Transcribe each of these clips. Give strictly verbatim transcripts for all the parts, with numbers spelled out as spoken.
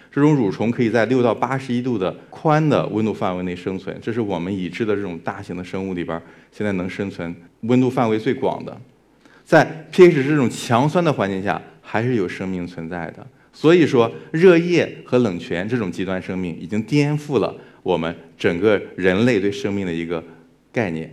这种蠕虫可以在六到八十一度的宽的温度范围内生存，这是我们已知的这种大型的生物里边现在能生存温度范围最广的。在 pH 这种强酸的环境下，还是有生命存在的。所以说，热液和冷泉这种极端生命已经颠覆了我们整个人类对生命的一个概念。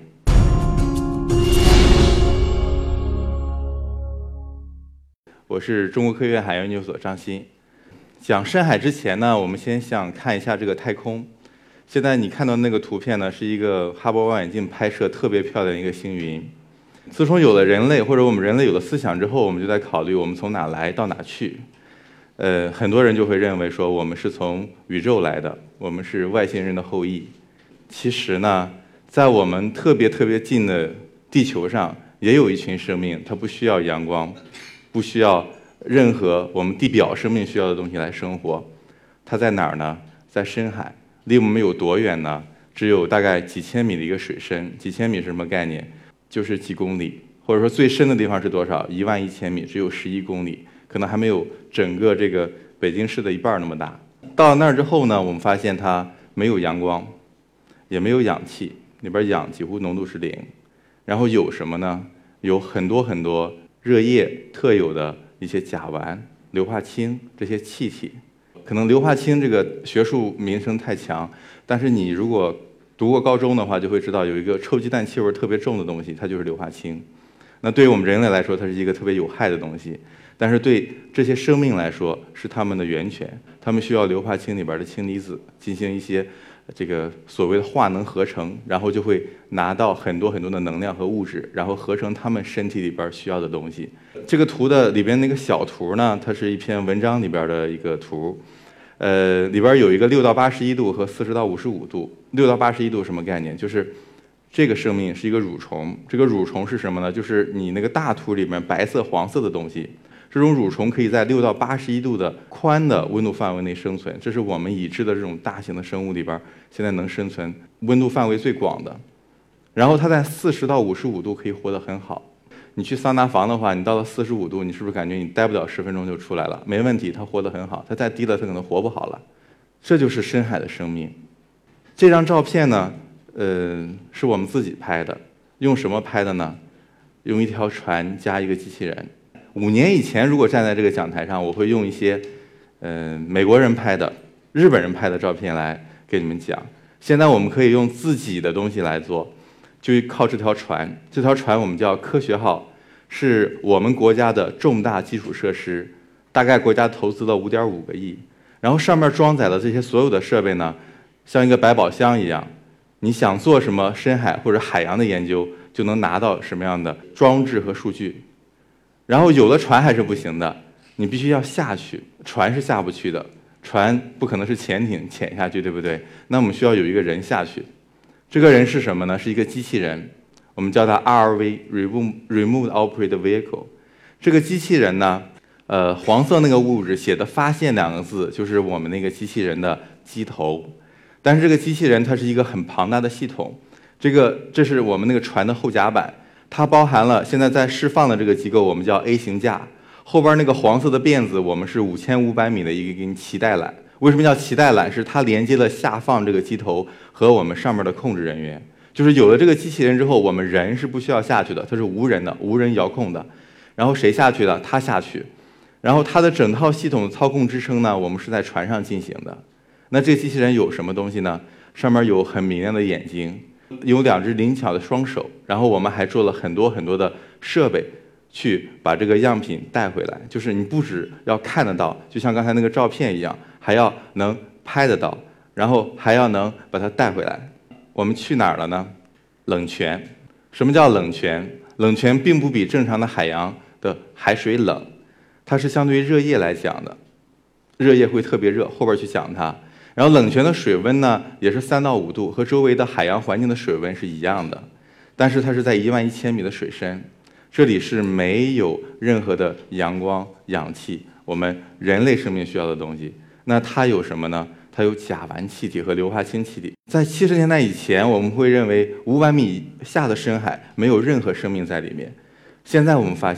我是中国科学院海洋研究所张鑫。讲深海之前呢，我们先想看一下这个太空。现在你看到那个图片呢，是一个哈勃望远镜拍摄特别漂亮的一个星云。自从有了人类，或者我们人类有了思想之后，我们就在考虑我们从哪来到哪去。呃，很多人就会认为说我们是从宇宙来的，我们是外星人的后裔。其实呢，在我们特别特别近的地球上，也有一群生命，它不需要阳光，不需要任何我们地表生命需要的东西来生活。它在哪儿呢？在深海。离我们有多远呢？只有大概几千米的一个水深。几千米是什么概念？就是几公里，或者说最深的地方是多少？一万一千米，只有十一公里，可能还没有整个这个北京市的一半那么大。到了那儿之后呢，我们发现它没有阳光，也没有氧气，里边氧几乎浓度是零。然后有什么呢？有很多很多热液特有的一些甲烷、硫化氢这些气体。可能硫化氢这个学术名声太强，但是你如果读过高中的话，就会知道有一个臭鸡蛋气味特别重的东西，它就是硫化氢。那对于我们人类来说，它是一个特别有害的东西，但是对这些生命来说是它们的源泉，它们需要硫化氢里边的氢离子进行一些这个所谓的化能合成，然后就会拿到很多很多的能量和物质，然后合成它们身体里边需要的东西。这个图的里边那个小图呢，它是一篇文章里边的一个图。呃，里边有一个六到八十一度和四十到五十五度。六到八十一度什么概念？就是这个生命是一个蠕虫。这个蠕虫是什么呢？就是你那个大图里面白色、黄色的东西。这种蠕虫可以在六到八十一度的宽的温度范围内生存，这是我们已知的这种大型的生物里边现在能生存温度范围最广的。然后它在四十到五十五度可以活得很好。你去桑拿房的话，你到了四十五度，你是不是感觉你待不了十分钟就出来了？没问题，它活得很好。它再低了，它可能活不好了。这就是深海的生命。这张照片呢，呃，是我们自己拍的。用什么拍的呢？用一条船加一个机器人。五年以前，如果站在这个讲台上，我会用一些，呃，美国人拍的、日本人拍的照片来给你们讲。现在我们可以用自己的东西来做。就靠这条船，这条船我们叫科学号，是我们国家的重大基础设施，大概国家投资了五点五个亿，然后上面装载的这些所有的设备呢，像一个百宝箱一样，你想做什么深海或者海洋的研究，就能拿到什么样的装置和数据。然后有的船还是不行的，你必须要下去，船是下不去的，船不可能是潜艇潜下去，对不对？那我们需要有一个人下去。这个人是什么呢？是一个机器人，我们叫它 R R V Remote Remote Operated Vehicle。这个机器人呢，呃，黄色那个物质写的"发现"两个字，就是我们那个机器人的机头。但是这个机器人它是一个很庞大的系统，这个这是我们那个船的后甲板，它包含了现在在释放的这个机构，我们叫 A 型架，后边那个黄色的辫子，我们是五千五百米的一个一个脐带缆。为什么叫脐带缆？是它连接了下放这个机头和我们上面的控制人员。就是有了这个机器人之后，我们人是不需要下去的，它是无人的、无人遥控的。然后谁下去的？它下去。然后它的整套系统的操控支撑呢，我们是在船上进行的。那这个机器人有什么东西呢？上面有很明亮的眼睛，有两只灵巧的双手，然后我们还做了很多很多的设备。去把这个样品带回来，就是你不只要看得到，就像刚才那个照片一样，还要能拍得到，然后还要能把它带回来。我们去哪儿了呢？冷泉。什么叫冷泉？冷泉并不比正常的海洋的海水冷，它是相对于热液来讲的，热液会特别热，后边去讲它。然后冷泉的水温呢，也是三到五度，和周围的海洋环境的水温是一样的，但是它是在一万一千米的水深。这里是没有任何的阳光、氧气，我们人类生命需要的东西。那它有什么呢？它有甲烷气体和硫化氢气体。在七十年代以前，我们会认为五百米下的深海没有任何生命在里面。现在我们发现，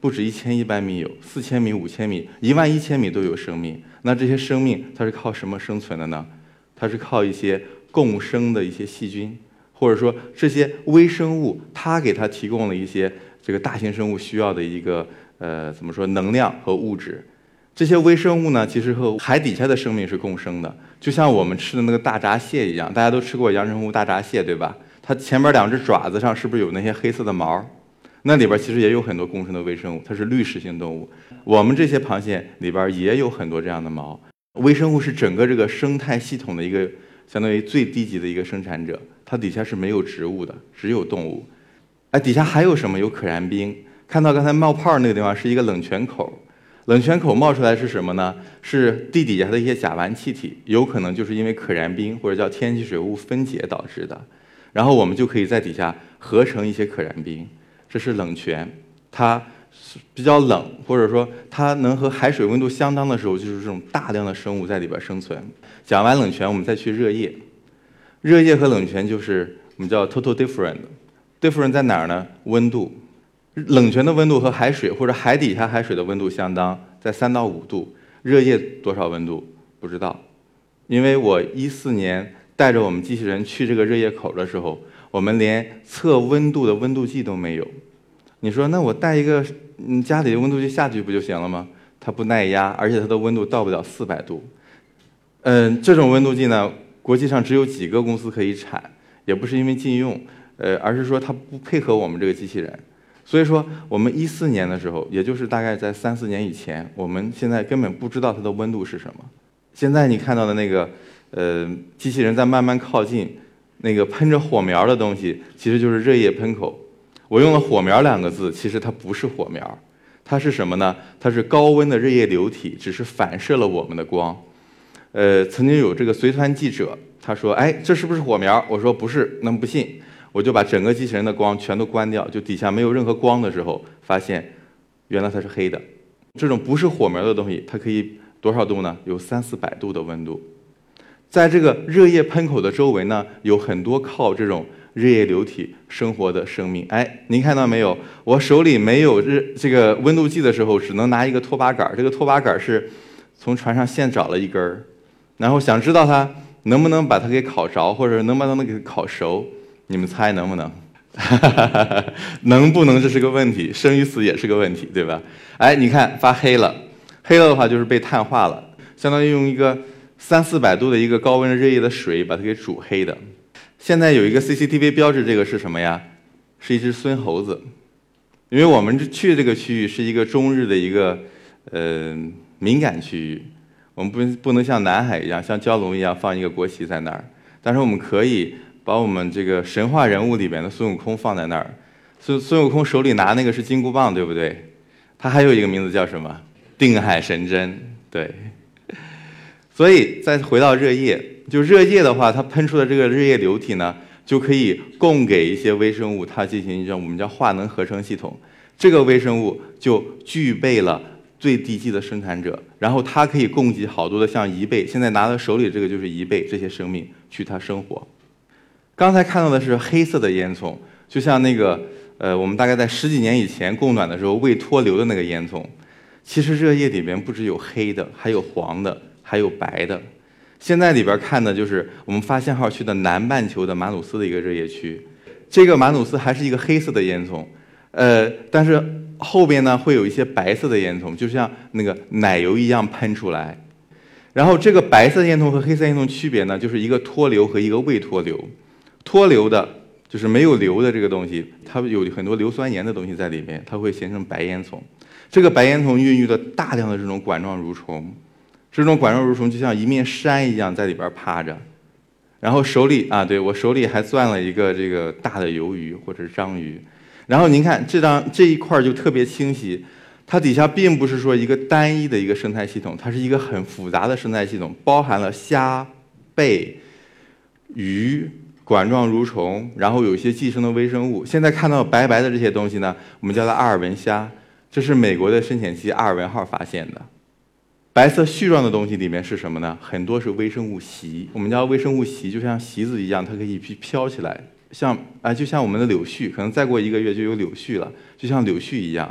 不止一千一百米有，四千米、五千米、一万一千米都有生命。那这些生命它是靠什么生存的呢？它是靠一些共生的一些细菌，或者说这些微生物，它给它提供了一些这个大型生物需要的一个呃怎么说能量和物质。这些微生物呢，其实和海底下的生命是共生的，就像我们吃的那个大闸蟹一样，大家都吃过阳澄湖大闸蟹，对吧？它前面两只爪子上是不是有那些黑色的毛？那里边其实也有很多共生的微生物，它是滤食性动物。我们这些螃蟹里边也有很多这样的毛。微生物是整个这个生态系统的一个相当于最低级的一个生产者，它底下是没有植物的，只有动物。哎，底下还有什么？有可燃冰。看到刚才冒泡那个地方是一个冷泉口，冷泉口冒出来是什么呢？是地底下的一些甲烷气体，有可能就是因为可燃冰或者叫天气水雾分解导致的。然后我们就可以在底下合成一些可燃冰。这是冷泉，它比较冷，或者说它能和海水温度相当的时候，就是这种大量的生物在里边生存。讲完冷泉，我们再去热液。热液和冷泉就是我们叫 total different。different 在哪儿呢？温度。冷泉的温度和海水或者海底下海水的温度相当，在三到五度。热液多少温度？不知道，因为我一四年带着我们机器人去这个热液口的时候，我们连测温度的温度计都没有。你说那我带一个嗯家里的温度计下去不就行了吗？它不耐压，而且它的温度到不了四百度。嗯，这种温度计呢，国际上只有几个公司可以产，也不是因为禁用，呃，而是说它不配合我们这个机器人。所以说，我们一四年的时候，也就是大概在三四年以前，我们现在根本不知道它的温度是什么。现在你看到的那个呃机器人在慢慢靠近。那个喷着火苗的东西，其实就是热液喷口。我用了火苗两个字，其实它不是火苗，它是什么呢？它是高温的热液流体，只是反射了我们的光。呃，曾经有这个随团记者，他说：“哎，这是不是火苗？”我说：“不是。”那么不信，我就把整个机器人的光全都关掉，就底下没有任何光的时候，发现原来它是黑的。这种不是火苗的东西，它可以多少度呢？有三四百度的温度。在这个热液喷口的周围呢，有很多靠这种热液流体生活的生命。哎，您看到没有？我手里没有热这个温度计的时候，只能拿一个拖把杆。这个拖把杆是从船上现找了一根儿，然后想知道它能不能把它给烤着，或者能不能给烤熟？你们猜能不能？能不能这是个问题，生与死也是个问题，对吧？哎，你看发黑了，黑了的话就是被碳化了，相当于用一个三四百度的一个高温热液的水把它给煮黑的。现在有一个 C C T V 标志，这个是什么呀？是一只孙猴子。因为我们去的这个区域是一个中日的一个呃敏感区域，我们不不能像南海一样，像蛟龙一样放一个国旗在那儿，但是我们可以把我们这个神话人物里边的孙悟空放在那儿。孙孙悟空手里拿那个是金箍棒，对不对？他还有一个名字叫什么？定海神针，对。所以再回到热液，就热液的话，它喷出的这个热液流体呢，就可以供给一些微生物，它进行一种我们叫化能合成系统。这个微生物就具备了最低级的生产者，然后它可以供给好多的像贻贝，现在拿到手里这个就是贻贝这些生命去它生活。刚才看到的是黑色的烟囱，就像那个呃，我们大概在十几年以前供暖的时候未脱硫的那个烟囱。其实热液里边不只有黑的，还有黄的。还有白的，现在里边看的就是我们发现号区的南半球的马努斯的一个热液区。这个马努斯还是一个黑色的烟囱，呃，但是后边呢会有一些白色的烟囱，就像那个奶油一样喷出来。然后这个白色烟囱和黑色烟囱区别呢，就是一个脱硫和一个未脱硫。脱硫的就是没有硫的这个东西，它有很多硫酸盐的东西在里面，它会形成白烟囱。这个白烟囱孕育了大量的这种管状蠕虫。这种管状蠕虫就像一面山一样在里边趴着，然后手里啊，对我手里还攥了一个这个大的鱿鱼或者是章鱼，然后您看这张这一块就特别清晰，它底下并不是说一个单一的一个生态系统，它是一个很复杂的生态系统，包含了虾、贝、鱼、管状蠕虫，然后有一些寄生的微生物。现在看到白白的这些东西呢，我们叫它阿尔文虾，这是美国的深潜机阿尔文号发现的。白色絮状的东西里面是什么呢？很多是微生物席，我们叫微生物席，就像席子一样，它可以飘起来，像啊，就像我们的柳絮，可能再过一个月就有柳絮了，就像柳絮一样。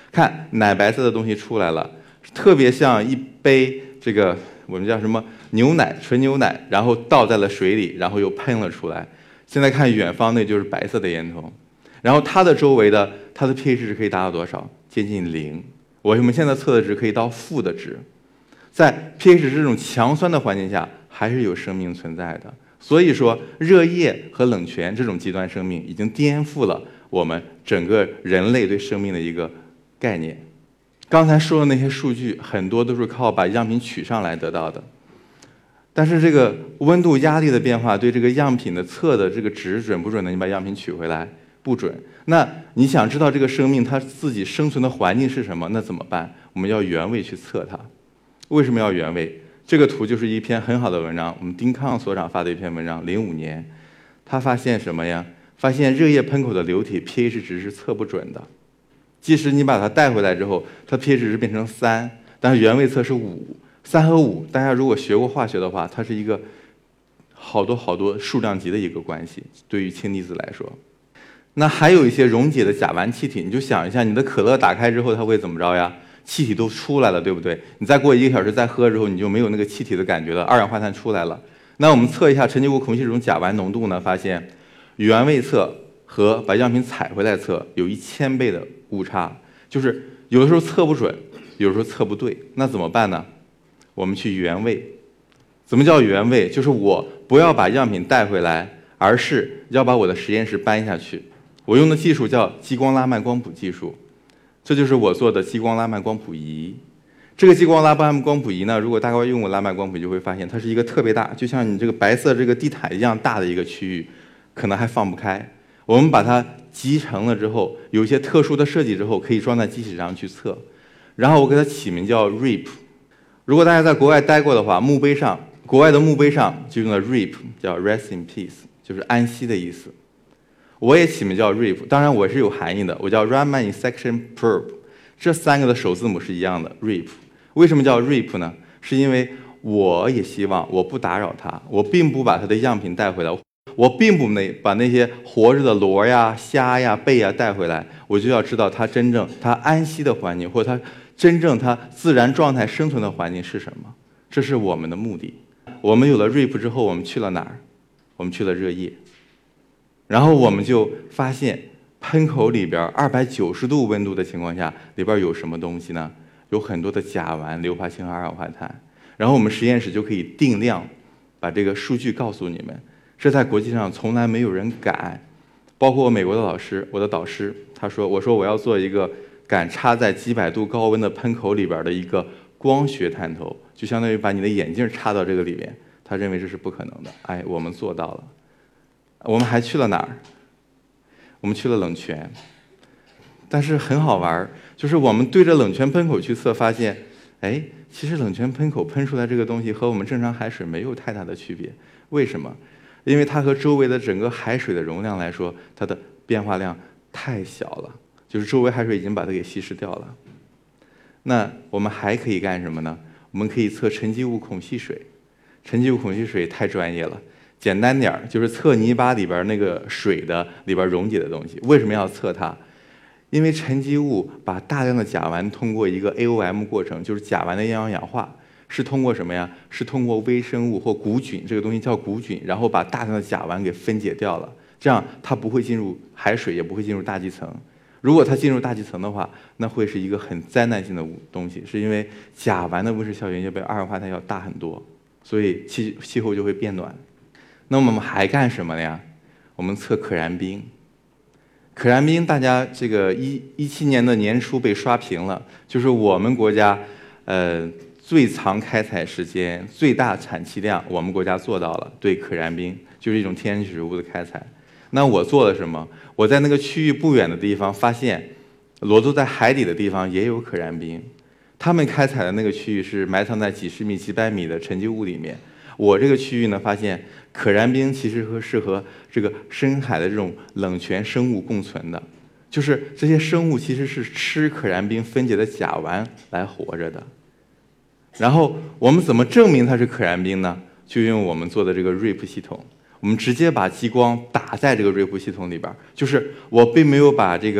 看奶白色的东西出来了，特别像一杯这个我们叫什么牛奶，纯牛奶，然后倒在了水里，然后又喷了出来。现在看远方那就是白色的烟囱，然后它的周围的它的 pH 值可以达到多少？接近零。我们现在测的值可以到负的值，在 pH 值这种强酸的环境下，还是有生命存在的。所以说，热液和冷泉这种极端生命已经颠覆了我们整个人类对生命的一个概念。刚才说的那些数据，很多都是靠把样品取上来得到的。但是这个温度、压力的变化对这个样品的测的这个值准不准呢？你把样品取回来不准。那你想知道这个生命它自己生存的环境是什么？那怎么办？我们要原位去测它。为什么要原位？这个图就是一篇很好的文章，我们丁康所长发的一篇文章，零五年，他发现什么呀？发现热液喷口的流体 pH 值是测不准的。即使你把它带回来之后，它 pH 值变成三，但是原位测是五。三和五，大家如果学过化学的话，它是一个好多好多数量级的一个关系，对于氢离子来说。那还有一些溶解的甲烷气体，你就想一下，你的可乐打开之后它会怎么着呀？气体都出来了，对不对？你再过一个小时再喝之后，你就没有那个气体的感觉了，二氧化碳出来了。那我们测一下沉积物空气这种甲烷浓度呢，发现原位测和把样品采回来测有一千倍的误差，就是有的时候测不准，有的时候测不对。那怎么办呢？我们去原位。怎么叫原位？就是我不要把样品带回来，而是要把我的实验室搬下去。我用的技术叫激光拉曼光谱技术，这就是我做的激光拉曼光谱仪。这个激光拉曼光谱仪呢，如果大家用过拉曼光谱，就会发现它是一个特别大，就像你这个白色这个地毯一样大的一个区域，可能还放不开。我们把它集成了之后，有一些特殊的设计之后，可以装在机器上去测。然后我给它起名叫 R I P。如果大家在国外待过的话，墓碑上，国外的墓碑上就用了 R I P， 叫 Rest in Peace， 就是安息的意思。我也起名叫 R I P， 当然我是有含义的，我叫 Raman Insection Probe， 这三个的首字母是一样的 R I P。为什么叫 R I P 呢？是因为我也希望我不打扰它，我并不把它的样品带回来，我并不那把那些活着的螺呀、虾呀、贝呀带回来，我就要知道它真正它安息的环境，或者它真正它自然状态生存的环境是什么。这是我们的目的。我们有了 R I P 之后，我们去了哪儿？我们去了热液。然后我们就发现喷口里边二百九十度温度的情况下，里边有什么东西呢？有很多的甲烷、硫化氢和二氧化碳。然后我们实验室就可以定量把这个数据告诉你们。这在国际上从来没有人敢，包括我美国的老师，我的导师，他说，我说我要做一个敢插在几百度高温的喷口里边的一个光学探头，就相当于把你的眼镜插到这个里面。他认为这是不可能的。哎，我们做到了。我们还去了哪儿？我们去了冷泉。但是很好玩，就是我们对着冷泉喷口去测，发现，哎，其实冷泉喷口喷出来这个东西和我们正常海水没有太大的区别。为什么？因为它和周围的整个海水的容量来说，它的变化量太小了，就是周围海水已经把它给稀释掉了。那我们还可以干什么呢？我们可以测沉积物孔隙水。沉积物孔隙水太专业了，简单点儿就是测泥巴里边那个水的里边溶解的东西。为什么要测它？因为沉积物把大量的甲烷通过一个 A O M 过程，就是甲烷的厌氧氧化，是通过什么呀？是通过微生物或古菌，这个东西叫古菌，然后把大量的甲烷给分解掉了，这样它不会进入海水，也不会进入大气层。如果它进入大气层的话，那会是一个很灾难性的东西，是因为甲烷的温室效应要比二氧化碳要大很多，所以气气候就会变暖。那么我们还干什么呀？我们测可燃冰。可燃冰，大家这个一一七年的年初被刷屏了，就是我们国家，呃，最长开采时间、最大产气量，我们国家做到了。对可燃冰，就是一种天然植物的开采。那我做了什么？我在那个区域不远的地方发现，裸露在海底的地方也有可燃冰。他们开采的那个区域是埋藏在几十米、几百米的沉积物里面。我这个区域呢，发现可燃冰其实和适合这个深海的这种冷泉生物共存的，就是这些生物其实是吃可燃冰分解的甲烷来活着的。然后我们怎么证明它是可燃冰呢？就用我们做的这个 R I P 系统，我们直接把激光打在这个 R I P 系统里边，就是我并没有把这个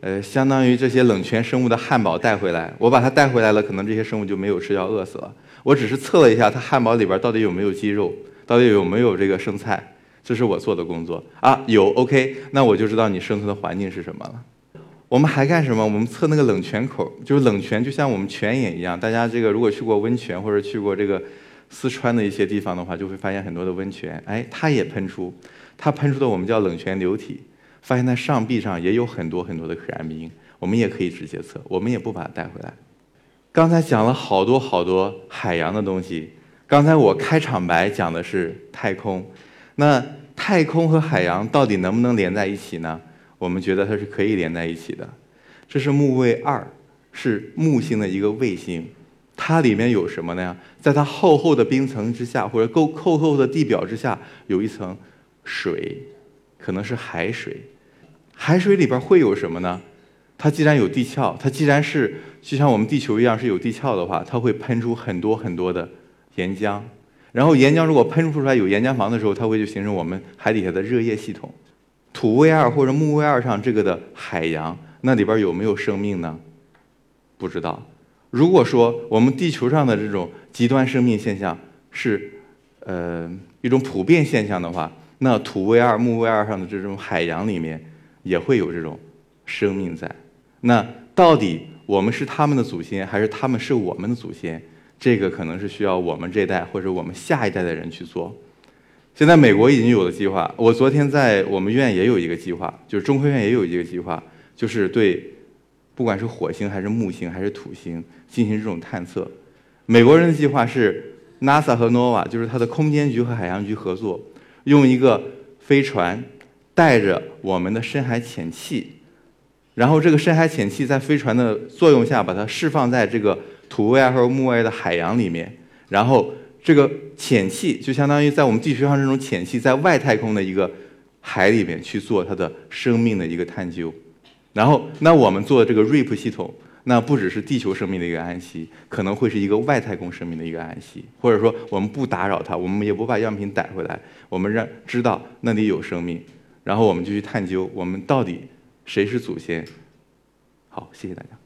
呃，相当于这些冷泉生物的汉堡带回来，我把它带回来了，可能这些生物就没有吃，要饿死了。我只是测了一下它汉堡里边到底有没有鸡肉，到底有没有这个生菜，这是我做的工作啊，有 OK， 那我就知道你生存的环境是什么了。我们还干什么？我们测那个冷泉口，就是冷泉就像我们泉眼一样，大家这个如果去过温泉或者去过这个四川的一些地方的话，就会发现很多的温泉，哎，它也喷出，它喷出的我们叫冷泉流体。发现在上壁上也有很多很多的可燃冰，我们也可以直接测，我们也不把它带回来。刚才讲了好多好多海洋的东西，刚才我开场白讲的是太空，那太空和海洋到底能不能连在一起呢？我们觉得它是可以连在一起的。这是木卫二，是木星的一个卫星，它里面有什么呢？在它厚厚的冰层之下，或者够厚厚的地表之下，有一层水，可能是海水。海水里边会有什么呢？它既然有地壳，它既然是就像我们地球一样是有地壳的话，它会喷出很多很多的岩浆。然后岩浆如果喷出出来有岩浆房的时候，它会就形成我们海底下的热液系统。土卫二或者木卫二上这个的海洋，那里边有没有生命呢？不知道。如果说我们地球上的这种极端生命现象是呃一种普遍现象的话，那土卫二、木卫二上的这种海洋里面也会有这种生命在。那到底我们是他们的祖先，还是他们是我们的祖先？这个可能是需要我们这一代或者我们下一代的人去做。现在美国已经有了计划，我昨天在我们院也有一个计划，就是中科院也有一个计划，就是对不管是火星还是木星还是土星进行这种探测。美国人的计划是 NASA 和 NOAA， 就是它的空间局和海洋局合作，用一个飞船带着我们的深海潜器，然后这个深海潜器在飞船的作用下把它释放在这个土卫二和木卫二的海洋里面，然后这个潜器就相当于在我们地球上这种潜器在外太空的一个海里面去做它的生命的一个探究。然后那我们做的这个 R I P 系统，那不只是地球生命的一个安息，可能会是一个外太空生命的一个安息，或者说我们不打扰它，我们也不把样品带回来，我们让知道那里有生命，然后我们就去探究我们到底谁是祖先。好，谢谢大家。